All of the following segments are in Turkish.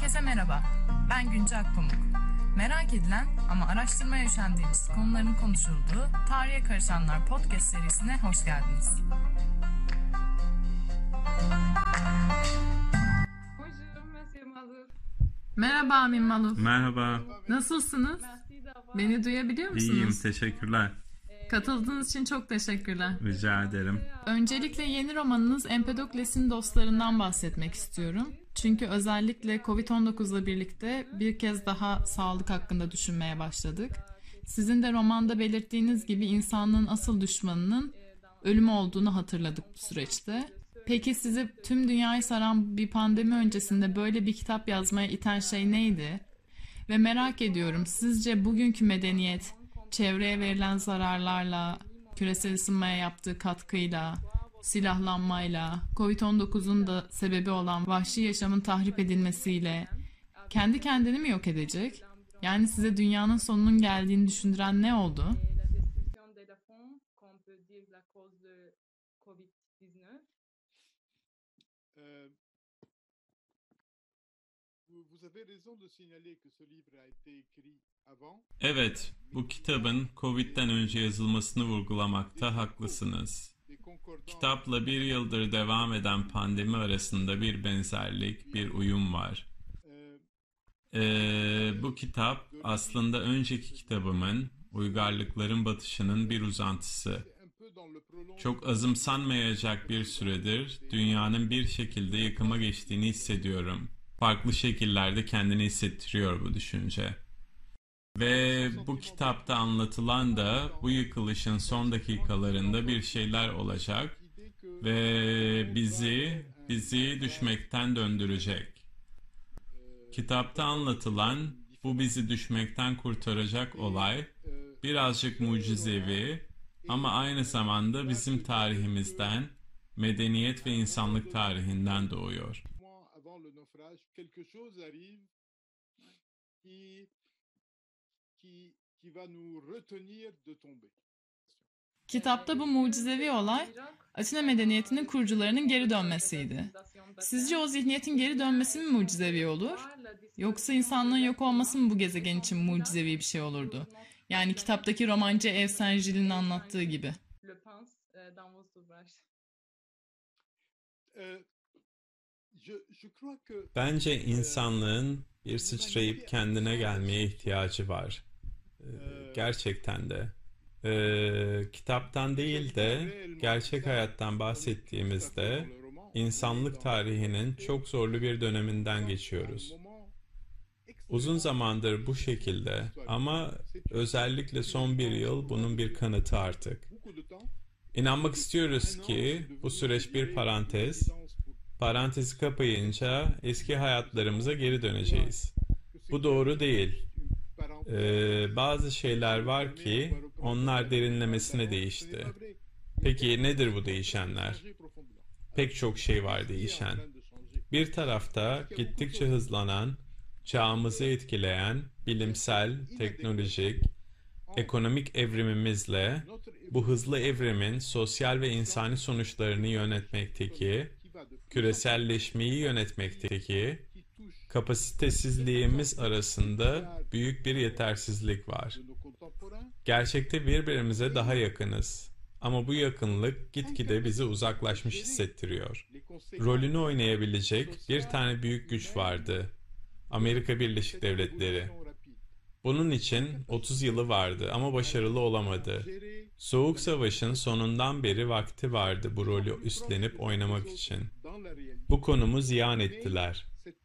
Herkese merhaba, ben Günce Akpamuk. Merak edilen ama araştırmaya üşendiğimiz konuların konuşulduğu Tarihe Karışanlar podcast serisine hoş geldiniz. Merhaba Amin Maluf. Merhaba. Nasılsınız? Beni duyabiliyor musunuz? İyiyim, teşekkürler. Katıldığınız için çok teşekkürler. Rica ederim. Öncelikle yeni romanınız Empedokles'in dostlarından bahsetmek istiyorum. Çünkü özellikle Covid-19 ile birlikte bir kez daha sağlık hakkında düşünmeye başladık. Sizin de romanda belirttiğiniz gibi insanlığın asıl düşmanının ölüm olduğunu hatırladık bu süreçte. Peki sizi tüm dünyayı saran bir pandemi öncesinde böyle bir kitap yazmaya iten şey neydi? Ve merak ediyorum, sizce bugünkü medeniyet çevreye verilen zararlarla, küresel ısınmaya yaptığı katkıyla, silahlanmayla, Covid-19'un da sebebi olan vahşi yaşamın tahrip edilmesiyle kendi kendini mi yok edecek? Yani size dünyanın sonunun geldiğini düşündüren ne oldu? Evet, bu kitabın Covid'den önce yazılmasını vurgulamakta haklısınız. Kitapla bir yıldır devam eden pandemi arasında bir benzerlik, bir uyum var. Bu kitap aslında önceki kitabımın, Uygarlıkların Batışı'nın bir uzantısı. Çok azımsanmayacak bir süredir dünyanın bir şekilde yıkıma geçtiğini hissediyorum. Farklı şekillerde kendini hissettiriyor bu düşünce. Ve bu kitapta anlatılan da bu yıkılışın son dakikalarında bir şeyler olacak ve bizi düşmekten döndürecek. Kitapta anlatılan bu bizi düşmekten kurtaracak olay birazcık mucizevi ama aynı zamanda bizim tarihimizden, medeniyet ve insanlık tarihinden doğuyor. Kitapta bu mucizevi olay, Atina medeniyetinin kurucularının geri dönmesiydi. Sizce o zihniyetin geri dönmesi mi mucizevi olur? Yoksa insanlığın yok olması mı bu gezegen için mucizevi bir şey olurdu? Yani kitaptaki romancı Yves Saint Giles'in anlattığı gibi. Bence insanlığın bir sıçrayıp kendine gelmeye ihtiyacı var. Gerçekten de. Kitaptan değil de gerçek hayattan bahsettiğimizde insanlık tarihinin çok zorlu bir döneminden geçiyoruz. Uzun zamandır bu şekilde ama özellikle son bir yıl bunun bir kanıtı artık. İnanmak istiyoruz ki bu süreç bir parantez. Parantezi kapayınca eski hayatlarımıza geri döneceğiz. Bu doğru değil. Bazı şeyler var ki onlar derinlemesine değişti. Peki nedir bu değişenler? Pek çok şey var değişen. Bir tarafta gittikçe hızlanan, çağımızı etkileyen bilimsel, teknolojik, ekonomik evrimimizle bu hızlı evrimin sosyal ve insani sonuçlarını yönetmekteki, küreselleşmeyi yönetmekteki kapasitesizliğimiz arasında büyük bir yetersizlik var. Gerçekte birbirimize daha yakınız. Ama bu yakınlık gitgide bizi uzaklaşmış hissettiriyor. Rolünü oynayabilecek bir tane büyük güç vardı. Amerika Birleşik Devletleri. Bunun için 30 yılı vardı ama başarılı olamadı. Soğuk Savaş'ın sonundan beri vakti vardı bu rolü üstlenip oynamak için. Bu konumu ziyan ettiler.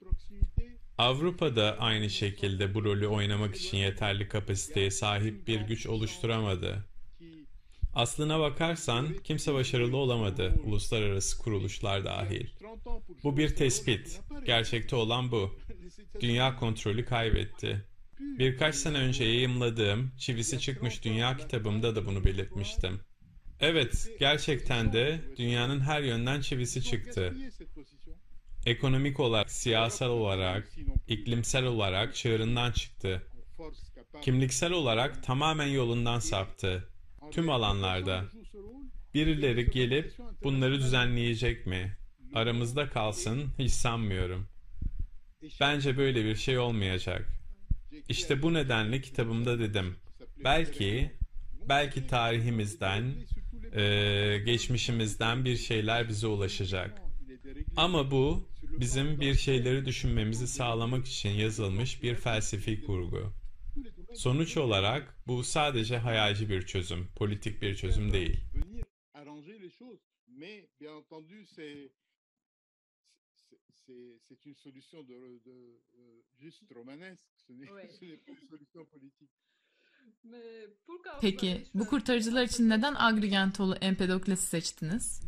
Avrupa'da aynı şekilde bu rolü oynamak için yeterli kapasiteye sahip bir güç oluşturamadı. Aslına bakarsan kimse başarılı olamadı, uluslararası kuruluşlar dahil. Bu bir tespit. Gerçekte olan bu. Dünya kontrolü kaybetti. Birkaç sene önce yayımladığım Çivisi Çıkmış Dünya kitabımda da bunu belirtmiştim. Evet, gerçekten de dünyanın her yönden çivisi çıktı. Ekonomik olarak, siyasal olarak, iklimsel olarak çığırından çıktı. Kimliksel olarak tamamen yolundan saptı. Tüm alanlarda. Birileri gelip bunları düzenleyecek mi? Aramızda kalsın, hiç sanmıyorum. Bence böyle bir şey olmayacak. İşte bu nedenle kitabımda dedim. Belki tarihimizden, geçmişimizden bir şeyler bize ulaşacak. Ama bu bizim bir şeyleri düşünmemizi sağlamak için yazılmış bir felsefi kurgu. Sonuç olarak bu sadece hayalci bir çözüm, politik bir çözüm değil. Peki bu kurtarıcılar için neden Agrigentolu Empedokles'i seçtiniz?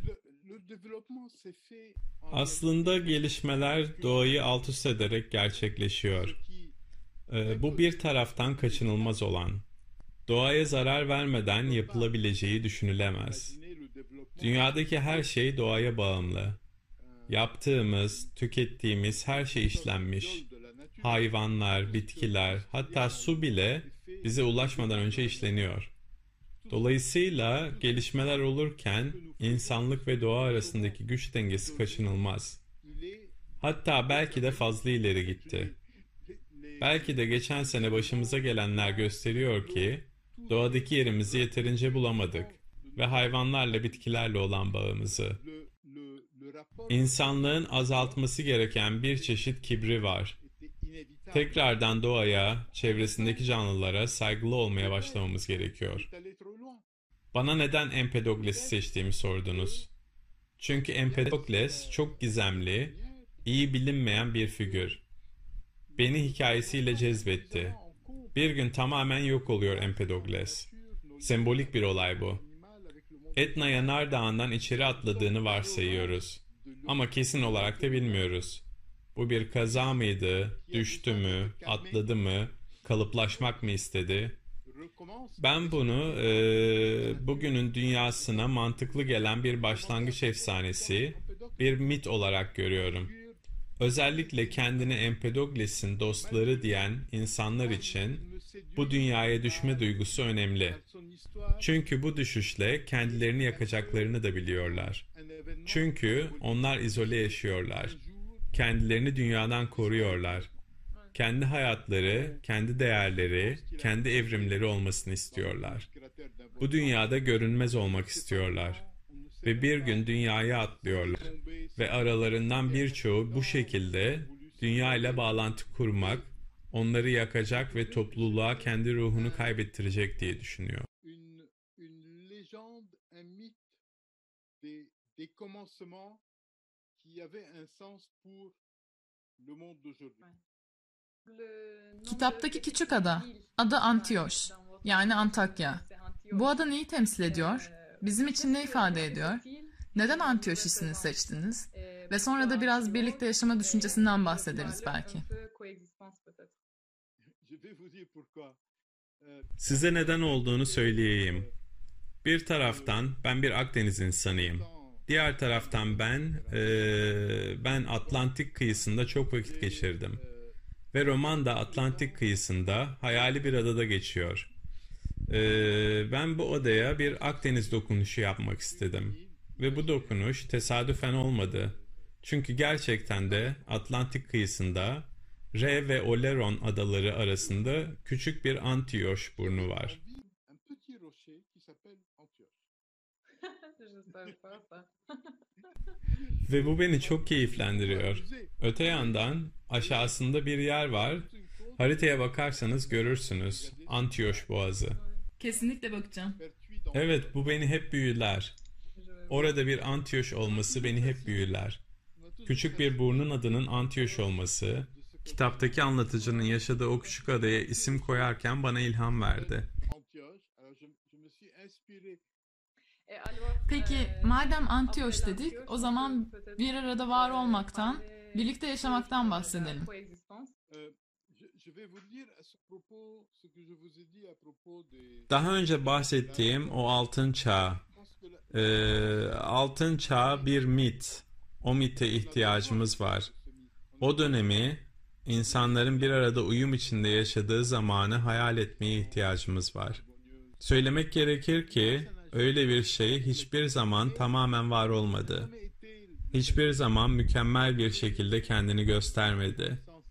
Aslında gelişmeler doğayı alt üst ederek gerçekleşiyor. Bu bir taraftan kaçınılmaz olan. Doğaya zarar vermeden yapılabileceği düşünülemez. Dünyadaki her şey doğaya bağımlı. Yaptığımız, tükettiğimiz her şey işlenmiş. Hayvanlar, bitkiler, hatta su bile bize ulaşmadan önce işleniyor. Dolayısıyla gelişmeler olurken insanlık ve doğa arasındaki güç dengesi kaçınılmaz. Hatta belki de fazla ileri gitti. Belki de geçen sene başımıza gelenler gösteriyor ki doğadaki yerimizi yeterince bulamadık ve hayvanlarla bitkilerle olan bağımızı. İnsanlığın azaltması gereken bir çeşit kibri var. Tekrardan doğaya, çevresindeki canlılara saygılı olmaya başlamamız gerekiyor. Bana neden Empedokles'i seçtiğimi sordunuz. Çünkü Empedokles çok gizemli, iyi bilinmeyen bir figür. Beni hikayesiyle cezbetti. Bir gün tamamen yok oluyor Empedokles. Sembolik bir olay bu. Etna Yanardağı'ndan içeri atladığını varsayıyoruz. Ama kesin olarak da bilmiyoruz. Bu bir kaza mıydı, düştü mü, atladı mı, kalıplaşmak mı istedi? Ben bunu bugünün dünyasına mantıklı gelen bir başlangıç efsanesi, bir mit olarak görüyorum. Özellikle kendine Empedokles'in dostları diyen insanlar için bu dünyaya düşme duygusu önemli. Çünkü bu düşüşle kendilerini yakacaklarını da biliyorlar. Çünkü onlar izole yaşıyorlar. Kendilerini dünyadan koruyorlar. Kendi hayatları, kendi değerleri, kendi evrimleri olmasını istiyorlar. Bu dünyada görünmez olmak istiyorlar. Ve bir gün dünyaya atlıyorlar. Ve aralarından birçoğu bu şekilde dünya ile bağlantı kurmak, onları yakacak ve topluluğa kendi ruhunu kaybettirecek diye düşünüyor. Kitaptaki küçük ada, adı Antioş, yani Antakya. Bu ada neyi temsil ediyor? Bizim için ne ifade ediyor? Neden Antioş ismini seçtiniz? Ve sonra da biraz birlikte yaşama düşüncesinden bahsederiz belki. Size neden olduğunu söyleyeyim. Bir taraftan ben bir Akdeniz insanıyım. Diğer taraftan ben Atlantik kıyısında çok vakit geçirdim. Ve roman da Atlantik kıyısında hayali bir adada geçiyor. Ben bu adaya bir Akdeniz dokunuşu yapmak istedim. Ve bu dokunuş tesadüfen olmadı. Çünkü gerçekten de Atlantik kıyısında Re ve Oleron adaları arasında küçük bir Antioş burnu var. Ve bu beni çok keyiflendiriyor. Öte yandan aşağısında bir yer var. Haritaya bakarsanız görürsünüz. Antioş Boğazı. Kesinlikle bakacağım. Evet, bu beni hep büyüler. Orada bir Antioş olması beni hep büyüler. Küçük bir burnun adının Antioş olması, kitaptaki anlatıcının yaşadığı o küçük adaya isim koyarken bana ilham verdi. Peki madem Antioş dedik, o zaman bir arada var olmaktan, birlikte yaşamaktan bahsedelim. Daha önce bahsettiğim o altın çağ. Altın çağ bir mit. O mite ihtiyacımız var. O dönemi, insanların bir arada uyum içinde yaşadığı zamanı hayal etmeye ihtiyacımız var. Söylemek gerekir ki, öyle bir şey hiçbir zaman tamamen var olmadı. Hiçbir zaman mükemmel bir şekilde kendini göstermedi.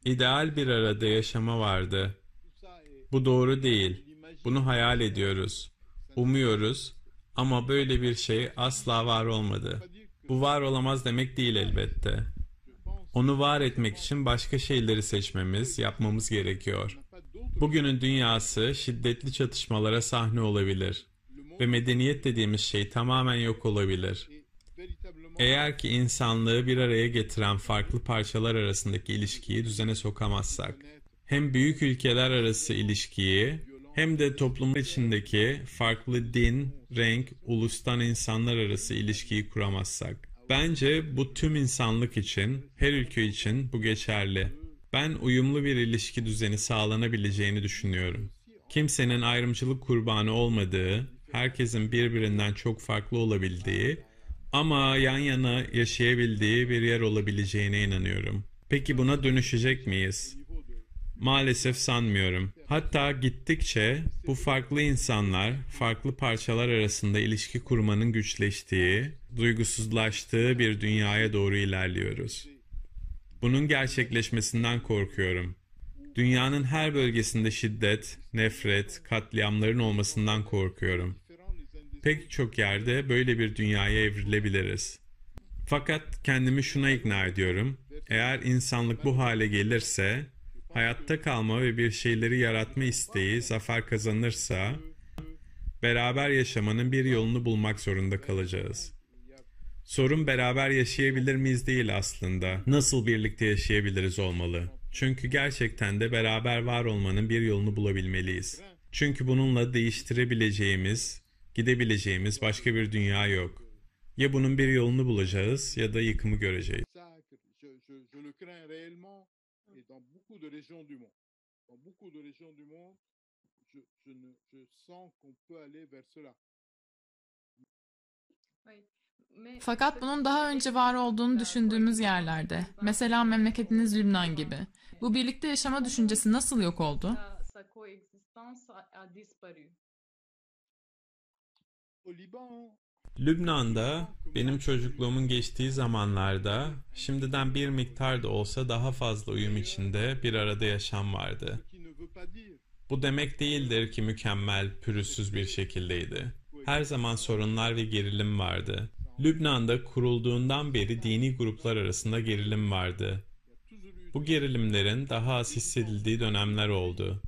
İdeal bir arada yaşama vardı. Bu doğru değil. Bunu hayal ediyoruz. Umuyoruz ama böyle bir şey asla var olmadı. Bu var olamaz demek değil elbette. Onu var etmek için başka şeyleri seçmemiz, yapmamız gerekiyor. Bugünün dünyası şiddetli çatışmalara sahne olabilir ve medeniyet dediğimiz şey tamamen yok olabilir. Eğer ki insanlığı bir araya getiren farklı parçalar arasındaki ilişkiyi düzene sokamazsak, hem büyük ülkeler arası ilişkiyi hem de toplumlar içindeki farklı din, renk, ulustan insanlar arası ilişkiyi kuramazsak. Bence bu tüm insanlık için, her ülke için bu geçerli. Ben uyumlu bir ilişki düzeni sağlanabileceğini düşünüyorum. Kimsenin ayrımcılık kurbanı olmadığı, herkesin birbirinden çok farklı olabildiği ama yan yana yaşayabildiği bir yer olabileceğine inanıyorum. Peki buna dönüşecek miyiz? Maalesef sanmıyorum. Hatta gittikçe bu farklı insanlar, farklı parçalar arasında ilişki kurmanın güçleştiği, duygusuzlaştığı bir dünyaya doğru ilerliyoruz. Bunun gerçekleşmesinden korkuyorum. Dünyanın her bölgesinde şiddet, nefret, katliamların olmasından korkuyorum. Pek çok yerde böyle bir dünyaya evrilebiliriz. Fakat kendimi şuna ikna ediyorum. Eğer insanlık bu hale gelirse, hayatta kalma ve bir şeyleri yaratma isteği zafer kazanırsa, beraber yaşamanın bir yolunu bulmak zorunda kalacağız. Sorun beraber yaşayabilir miyiz değil aslında. Nasıl birlikte yaşayabiliriz olmalı. Çünkü gerçekten de beraber var olmanın bir yolunu bulabilmeliyiz. Çünkü bununla değiştirebileceğimiz, gidebileceğimiz başka bir dünya yok. Ya bunun bir yolunu bulacağız ya da yıkımı göreceğiz. Fakat bunun daha önce var olduğunu düşündüğümüz yerlerde, mesela memleketiniz Lübnan gibi, bu birlikte yaşama düşüncesi nasıl yok oldu? Lübnan'da benim çocukluğumun geçtiği zamanlarda şimdiden bir miktar da olsa daha fazla uyum içinde bir arada yaşam vardı. Bu demek değildir ki mükemmel, pürüzsüz bir şekildeydi. Her zaman sorunlar ve gerilim vardı. Lübnan'da kurulduğundan beri dini gruplar arasında gerilim vardı. Bu gerilimlerin daha az hissedildiği dönemler oldu.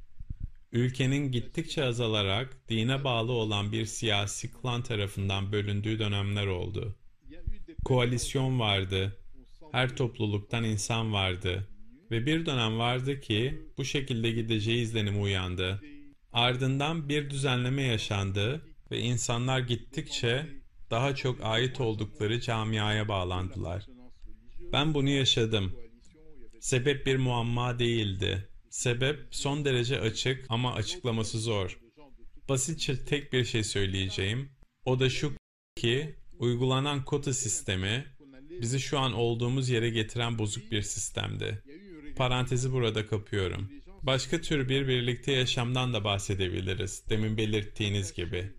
Ülkenin gittikçe azalarak dine bağlı olan bir siyasi klan tarafından bölündüğü dönemler oldu. Koalisyon vardı. Her topluluktan insan vardı. Ve bir dönem vardı ki bu şekilde gideceği izlenimi uyandı. Ardından bir düzenleme yaşandı ve insanlar gittikçe daha çok ait oldukları camiaya bağlandılar. Ben bunu yaşadım. Sebep bir muamma değildi. Sebep son derece açık ama açıklaması zor. Basitçe tek bir şey söyleyeceğim. O da şu ki uygulanan kota sistemi bizi şu an olduğumuz yere getiren bozuk bir sistemdi. Parantezi burada kapıyorum. Başka tür bir birlikte yaşamdan da bahsedebiliriz, demin belirttiğiniz gibi.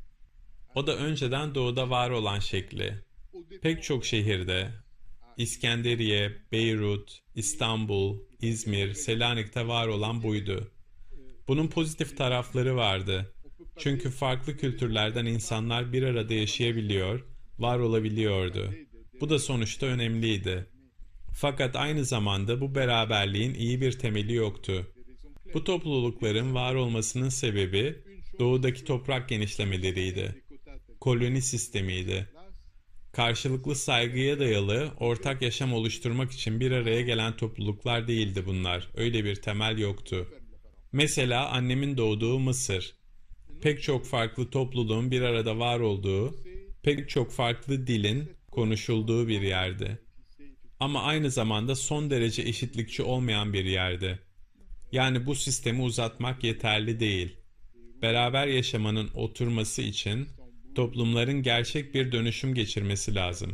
O da önceden doğuda var olan şekli. Pek çok şehirde, İskenderiye, Beyrut, İstanbul, İzmir, Selanik'te var olan buydu. Bunun pozitif tarafları vardı. Çünkü farklı kültürlerden insanlar bir arada yaşayabiliyor, var olabiliyordu. Bu da sonuçta önemliydi. Fakat aynı zamanda bu beraberliğin iyi bir temeli yoktu. Bu toplulukların var olmasının sebebi doğudaki toprak genişlemeleriydi. Koloni sistemiydi. Karşılıklı saygıya dayalı ortak yaşam oluşturmak için bir araya gelen topluluklar değildi bunlar. Öyle bir temel yoktu. Mesela annemin doğduğu Mısır. Pek çok farklı topluluğun bir arada var olduğu, pek çok farklı dilin konuşulduğu bir yerdi. Ama aynı zamanda son derece eşitlikçi olmayan bir yerdi. Yani bu sistemi uzatmak yeterli değil. Beraber yaşamanın oturması için toplumların gerçek bir dönüşüm geçirmesi lazım.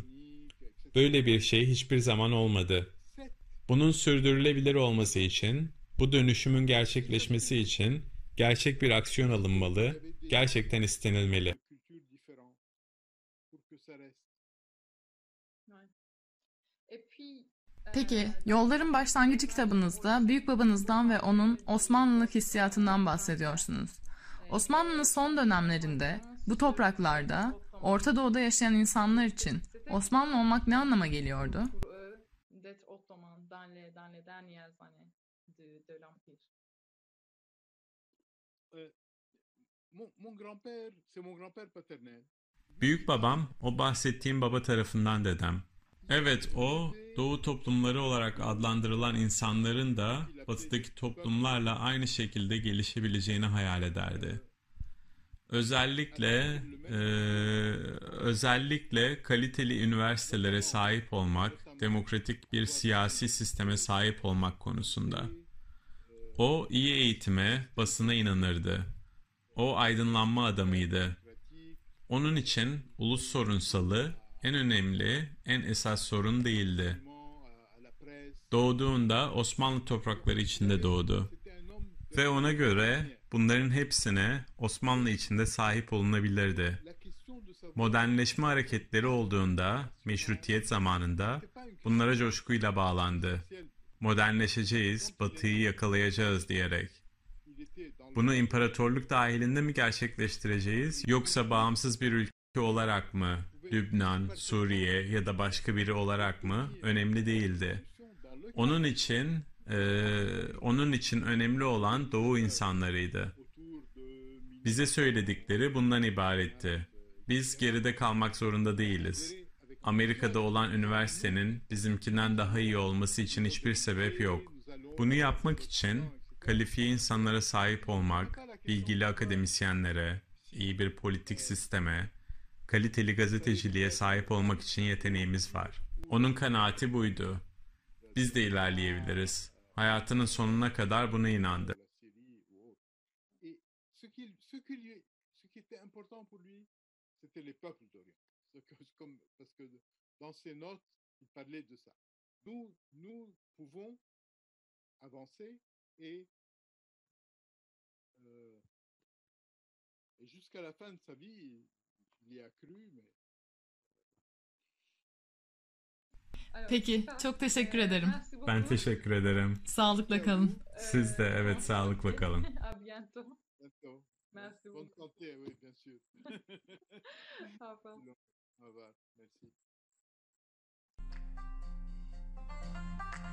Böyle bir şey hiçbir zaman olmadı. Bunun sürdürülebilir olması için, bu dönüşümün gerçekleşmesi için gerçek bir aksiyon alınmalı, gerçekten istenilmeli. Peki, Yolların Başlangıcı kitabınızda büyük babanızdan ve onun Osmanlılık hissiyatından bahsediyorsunuz. Osmanlı'nın son dönemlerinde bu topraklarda Orta Doğu'da yaşayan insanlar için Osmanlı olmak ne anlama geliyordu? Euh, mon grand-père, c'est mon grand-père paternel. Büyük babam, o bahsettiğim baba tarafından dedem. Evet, o Doğu toplumları olarak adlandırılan insanların da Batı'daki toplumlarla aynı şekilde gelişebileceğini hayal ederdi. Özellikle özellikle kaliteli üniversitelere sahip olmak, demokratik bir siyasi sisteme sahip olmak konusunda. O iyi eğitime, basına inanırdı. O aydınlanma adamıydı. Onun için ulus sorunsalı en önemli, en esas sorun değildi. Doğduğunda Osmanlı toprakları içinde doğdu. Ve ona göre bunların hepsine Osmanlı içinde sahip olunabilirdi. Modernleşme hareketleri olduğunda, meşrutiyet zamanında bunlara coşkuyla bağlandı. Modernleşeceğiz, Batı'yı yakalayacağız diyerek. Bunu imparatorluk dahilinde mi gerçekleştireceğiz, yoksa bağımsız bir ülke olarak mı, Lübnan, Suriye ya da başka biri olarak mı önemli değildi. Onun için önemli olan Doğu insanlarıydı. Bize söyledikleri bundan ibaretti. Biz geride kalmak zorunda değiliz. Amerika'da olan üniversitenin bizimkinden daha iyi olması için hiçbir sebep yok. Bunu yapmak için kalifiye insanlara sahip olmak, bilgili akademisyenlere, iyi bir politik sisteme, kaliteli gazeteciliğe sahip olmak için yeteneğimiz var. Onun kanaati buydu. Biz de ilerleyebiliriz. Hayatının sonuna kadar buna inandı. Et jusqu'à la fin de sa vie, il y a cru, mais Peki, çok teşekkür ederim. Ben teşekkür ederim. Sağlıkla kalın. Siz de evet, sağlıkla kalın. bientôt. Merci Bonne beaucoup. santé, oui, bien sûr. Au revoir. Au revoir, merci.